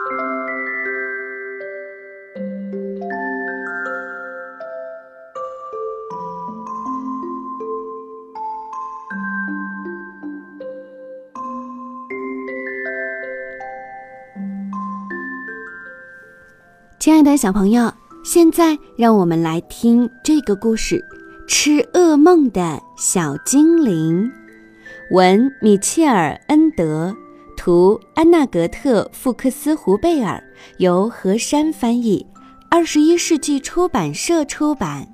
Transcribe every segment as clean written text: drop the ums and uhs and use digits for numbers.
亲爱的小朋友，现在让我们来听这个故事《吃噩梦的小精灵》，文米切尔·恩德，图安娜格特·富克斯胡贝尔，由何山翻译，21世纪出版社出版。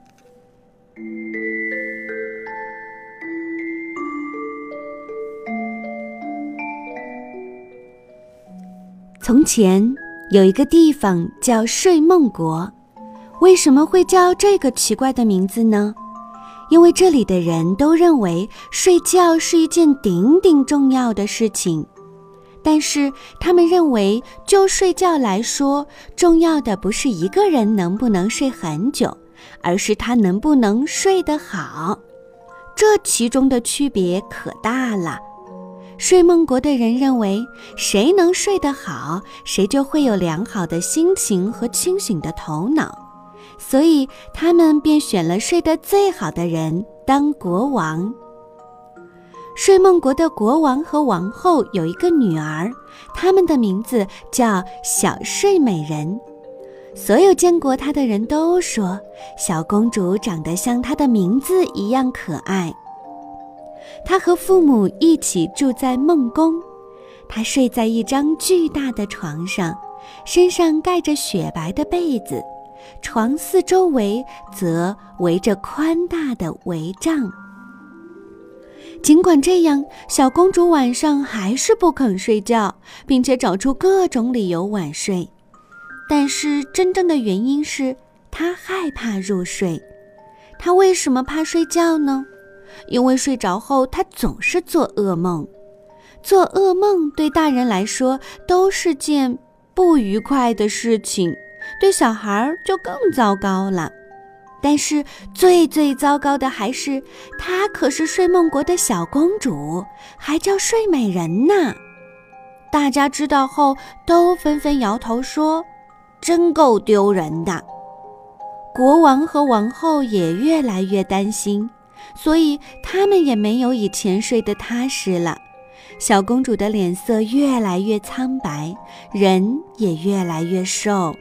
从前有一个地方叫睡梦国，为什么会叫这个奇怪的名字呢？因为这里的人都认为睡觉是一件顶顶重要的事情，但是他们认为就睡觉来说，重要的不是一个人能不能睡很久，而是他能不能睡得好。这其中的区别可大了。睡梦国的人认为，谁能睡得好，谁就会有良好的心情和清醒的头脑，所以他们便选了睡得最好的人当国王。睡梦国的国王和王后有一个女儿，他们的名字叫小睡美人。所有见过她的人都说，小公主长得像她的名字一样可爱。她和父母一起住在梦宫，她睡在一张巨大的床上，身上盖着雪白的被子，床四周围则围着宽大的帷帐。尽管这样，小公主晚上还是不肯睡觉，并且找出各种理由晚睡。但是真正的原因是她害怕入睡。她为什么怕睡觉呢？因为睡着后她总是做噩梦。做噩梦对大人来说都是件不愉快的事情，对小孩就更糟糕了。但是最糟糕的还是，她可是睡梦国的小公主，还叫睡美人呢。大家知道后都纷纷摇头说，真够丢人的。国王和王后也越来越担心，所以他们也没有以前睡得踏实了。小公主的脸色越来越苍白，人也越来越瘦。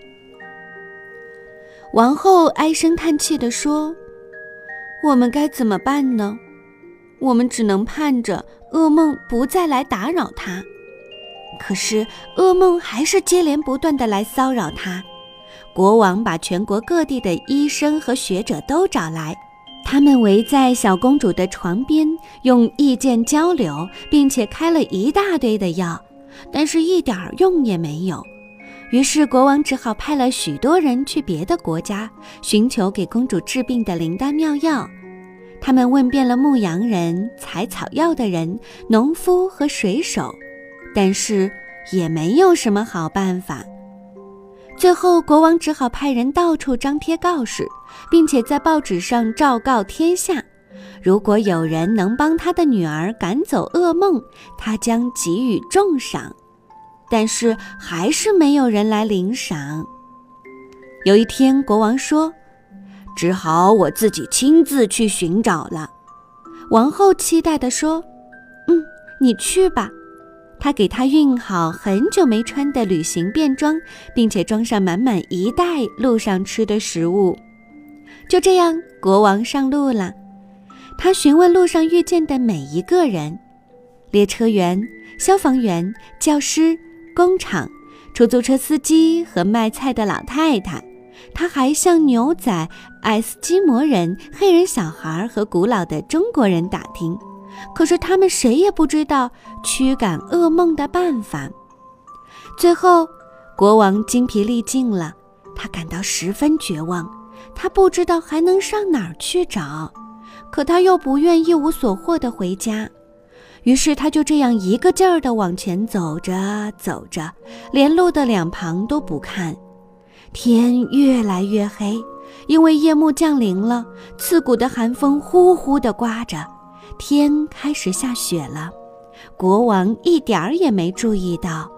王后唉声叹气地说，我们该怎么办呢？我们只能盼着噩梦不再来打扰她。可是噩梦还是接连不断地来骚扰她。国王把全国各地的医生和学者都找来，他们围在小公主的床边，用意见交流，并且开了一大堆的药，但是一点用也没有。于是国王只好派了许多人去别的国家，寻求给公主治病的灵丹妙药。他们问遍了牧羊人、采草药的人、农夫和水手，但是也没有什么好办法。最后国王只好派人到处张贴告示，并且在报纸上昭告天下，如果有人能帮他的女儿赶走噩梦，他将给予重赏。但是还是没有人来领赏。有一天国王说，只好我自己亲自去寻找了。王后期待地说，你去吧。她给他熨好很久没穿的旅行便装，并且装上满满一袋路上吃的食物。就这样，国王上路了。他询问路上遇见的每一个人，列车员、消防员、教师、工厂、出租车司机和卖菜的老太太。他还向牛仔、爱斯基摩人、黑人小孩和古老的中国人打听，可是他们谁也不知道驱赶噩梦的办法。最后国王精疲力尽了，他感到十分绝望，他不知道还能上哪儿去找，可他又不愿一无所获地回家。于是他就这样一个劲儿地往前走着走着，连路的两旁都不看。天越来越黑，因为夜幕降临了，刺骨的寒风呼呼地刮着，天开始下雪了。国王一点儿也没注意到，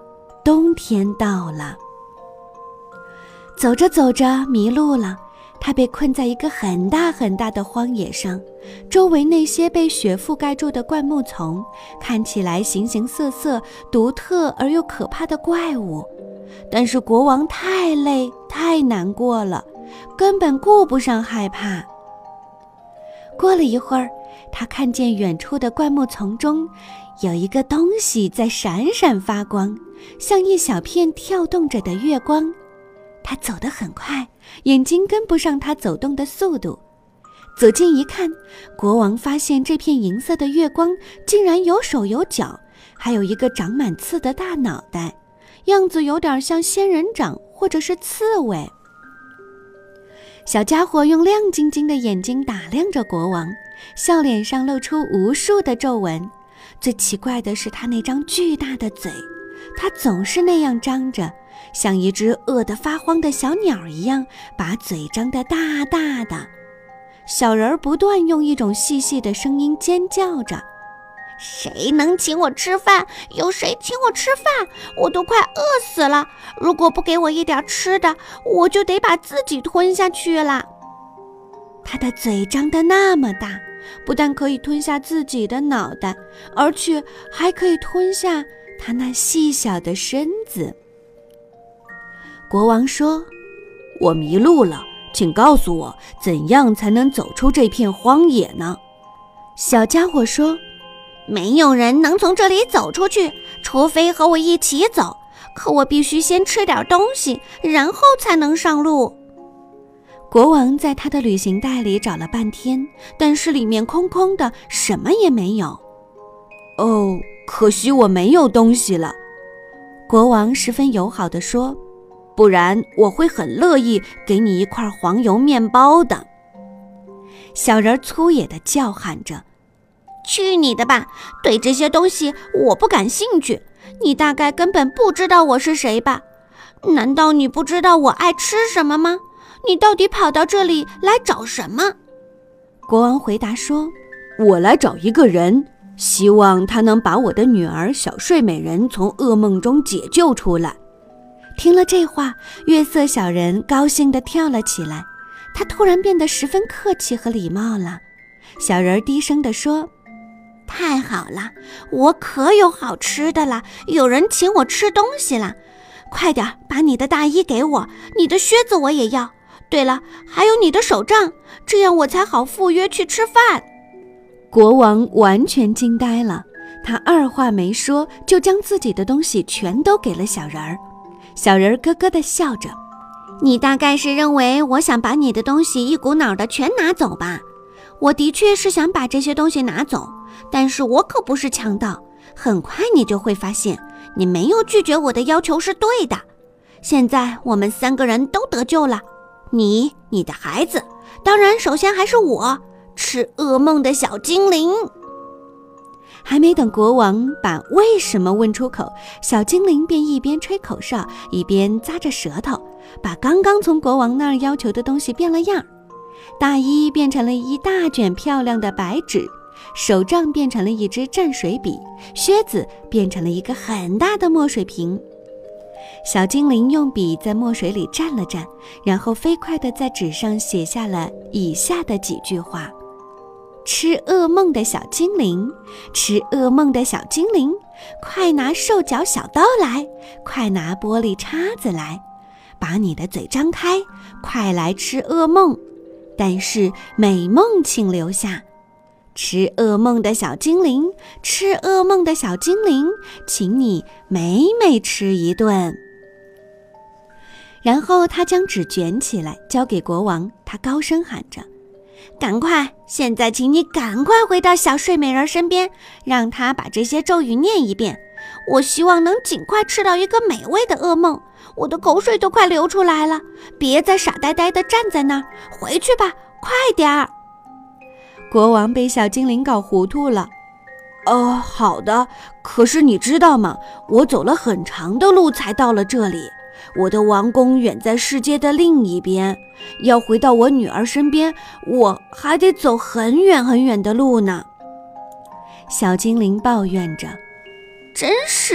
冬天到了。走着走着迷路了，他被困在一个很大很大的荒野上，周围那些被雪覆盖住的灌木丛，看起来形形色色、独特而又可怕的怪物。但是国王太累太难过了，根本顾不上害怕。过了一会儿，他看见远处的灌木丛中有一个东西在闪闪发光，像一小片跳动着的月光。他走得很快，眼睛跟不上他走动的速度。走近一看，国王发现这片银色的月光竟然有手有脚，还有一个长满刺的大脑袋，样子有点像仙人掌或者是刺猬。小家伙用亮晶晶的眼睛打量着国王，笑脸上露出无数的皱纹。最奇怪的是他那张巨大的嘴，他总是那样张着，像一只饿得发慌的小鸟一样，把嘴张得大大的。小人儿不断用一种细细的声音尖叫着：谁能请我吃饭？有谁请我吃饭？我都快饿死了！如果不给我一点吃的，我就得把自己吞下去了。他的嘴张得那么大，不但可以吞下自己的脑袋，而且还可以吞下他那细小的身子。国王说：我迷路了，请告诉我怎样才能走出这片荒野呢？小家伙说：没有人能从这里走出去，除非和我一起走，可我必须先吃点东西，然后才能上路。国王在他的旅行袋里找了半天，但是里面空空的，什么也没有。哦，可惜我没有东西了。国王十分友好地说：不然我会很乐意给你一块黄油面包的。小人粗野地叫喊着：去你的吧，对这些东西我不感兴趣，你大概根本不知道我是谁吧？难道你不知道我爱吃什么吗？你到底跑到这里来找什么？国王回答说：我来找一个人，希望他能把我的女儿小睡美人从噩梦中解救出来。听了这话，月色小人高兴地跳了起来，他突然变得十分客气和礼貌了。小人低声地说：太好了，我可有好吃的了，有人请我吃东西了。快点把你的大衣给我，你的靴子我也要。对了，还有你的手杖，这样我才好赴约去吃饭。国王完全惊呆了，他二话没说就将自己的东西全都给了小人儿。小人儿咯咯地笑着：你大概是认为我想把你的东西一股脑的全拿走吧？我的确是想把这些东西拿走，但是我可不是强盗。很快你就会发现，你没有拒绝我的要求是对的。现在我们3个人都得救了，你的孩子，当然首先还是我，吃噩梦的小精灵。还没等国王把为什么问出口，小精灵便一边吹口哨，一边咂着舌头，把刚刚从国王那儿要求的东西变了样。大衣变成了一大卷漂亮的白纸，手杖变成了一支蘸水笔，靴子变成了一个很大的墨水瓶。小精灵用笔在墨水里蘸了蘸，然后飞快地在纸上写下了以下的几句话：吃噩梦的小精灵，吃噩梦的小精灵，快拿兽脚小刀来，快拿玻璃叉子来，把你的嘴张开，快来吃噩梦，但是美梦请留下。吃噩梦的小精灵，吃噩梦的小精灵，请你美美吃一顿。然后他将纸卷起来交给国王，他高声喊着：赶快，现在请你赶快回到小睡美人身边，让她把这些咒语念一遍。我希望能尽快吃到一个美味的噩梦，我的口水都快流出来了。别再傻呆呆地站在那儿，回去吧，快点儿。国王被小精灵搞糊涂了。好的，可是你知道吗？我走了很长的路才到了这里。我的王宫远在世界的另一边，要回到我女儿身边，我还得走很远很远的路呢。小精灵抱怨着：真是的，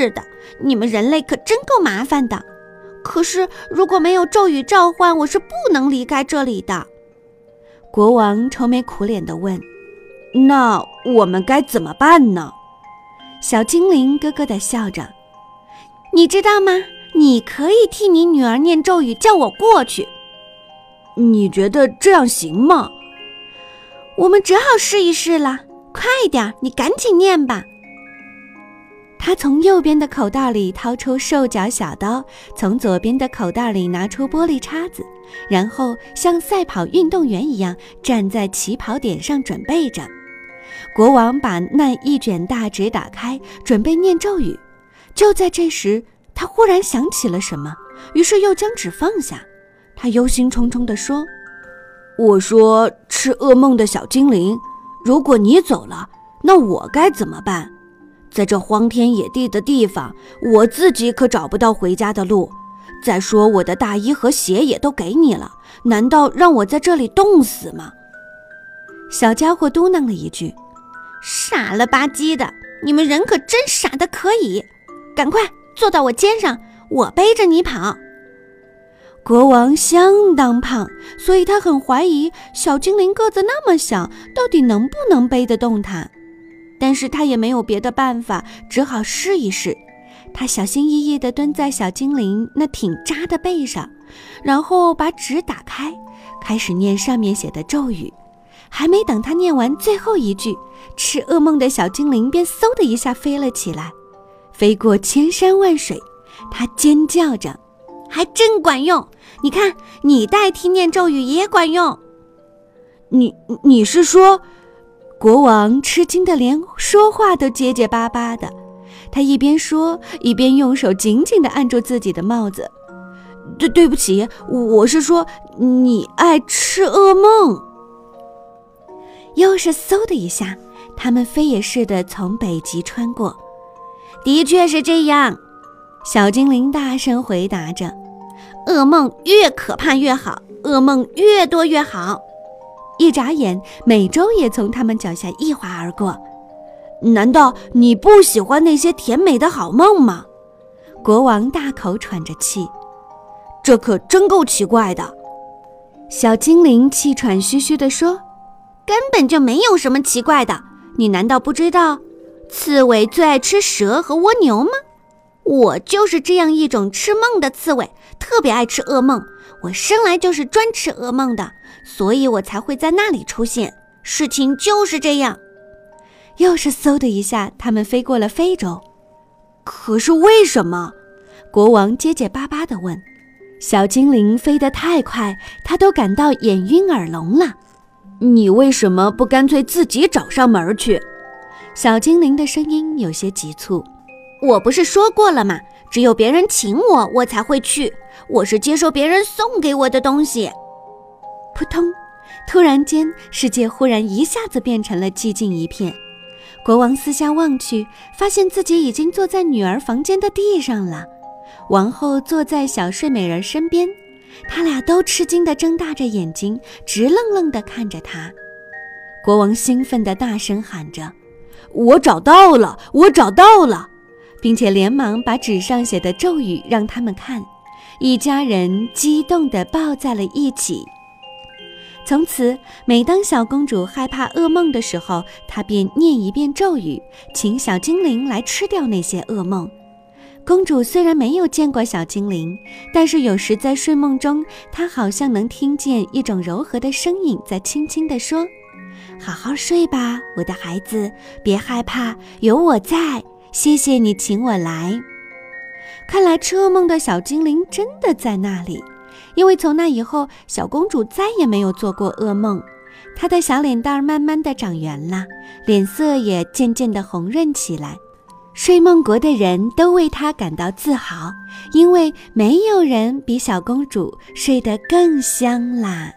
你们人类可真够麻烦的。可是如果没有咒语召唤，我是不能离开这里的。国王愁眉苦脸地问：那我们该怎么办呢？小精灵咯咯地笑着：你知道吗？你可以替你女儿念咒语，叫我过去。你觉得这样行吗？我们只好试一试了。快点，你赶紧念吧。他从右边的口袋里掏出兽脚小刀，从左边的口袋里拿出玻璃叉子，然后像赛跑运动员一样站在起跑点上准备着。国王把那一卷大纸打开，准备念咒语。就在这时，他忽然想起了什么，于是又将纸放下。他忧心忡忡地说：我说吃噩梦的小精灵，如果你走了，那我该怎么办？在这荒天野地的地方，我自己可找不到回家的路。再说我的大衣和鞋也都给你了，难道让我在这里冻死吗？小家伙嘟囔了一句：傻了吧唧的，你们人可真傻得可以。赶快坐到我肩上，我背着你跑。国王相当胖，所以他很怀疑小精灵个子那么小，到底能不能背得动他。但是他也没有别的办法，只好试一试。他小心翼翼地蹲在小精灵那挺扎的背上，然后把纸打开，开始念上面写的咒语。还没等他念完最后一句，吃噩梦的小精灵便嗖的一下飞了起来，飞过千山万水。他尖叫着：还真管用！你看，你代替念咒语也管用。你是说？国王吃惊的连说话都结结巴巴的，他一边说一边用手紧紧地按住自己的帽子。对不起，我是说你爱吃噩梦。又是嗖的一下，他们飞也似的从北极穿过。的确是这样，小精灵大声回答着。噩梦越可怕越好，噩梦越多越好。一眨眼，美洲也从他们脚下一滑而过。难道你不喜欢那些甜美的好梦吗？国王大口喘着气。这可真够奇怪的。小精灵气喘吁吁地说：根本就没有什么奇怪的，你难道不知道刺猬最爱吃蛇和蜗牛吗？我就是这样一种吃梦的刺猬，特别爱吃噩梦。我生来就是专吃噩梦的，所以我才会在那里出现。事情就是这样。又是嗖的一下，他们飞过了非洲。可是为什么？国王结结巴巴地问。小精灵飞得太快，他都感到眼晕耳聋了。你为什么不干脆自己找上门去？小精灵的声音有些急促。我不是说过了吗？只有别人请我，我才会去。我是接受别人送给我的东西。扑通！突然间，世界忽然一下子变成了寂静一片。国王四下望去，发现自己已经坐在女儿房间的地上了。王后坐在小睡美人身边，他俩都吃惊地睁大着眼睛，直愣愣地看着他。国王兴奋地大声喊着：我找到了，我找到了！并且连忙把纸上写的咒语让他们看，一家人激动地抱在了一起。从此，每当小公主害怕噩梦的时候，她便念一遍咒语，请小精灵来吃掉那些噩梦。公主虽然没有见过小精灵，但是有时在睡梦中，她好像能听见一种柔和的声音在轻轻地说：好好睡吧，我的孩子，别害怕，有我在，谢谢你请我来。看来吃噩梦的小精灵真的在那里，因为从那以后，小公主再也没有做过噩梦。她的小脸蛋慢慢地长圆了，脸色也渐渐地红润起来。睡梦国的人都为她感到自豪，因为没有人比小公主睡得更香啦。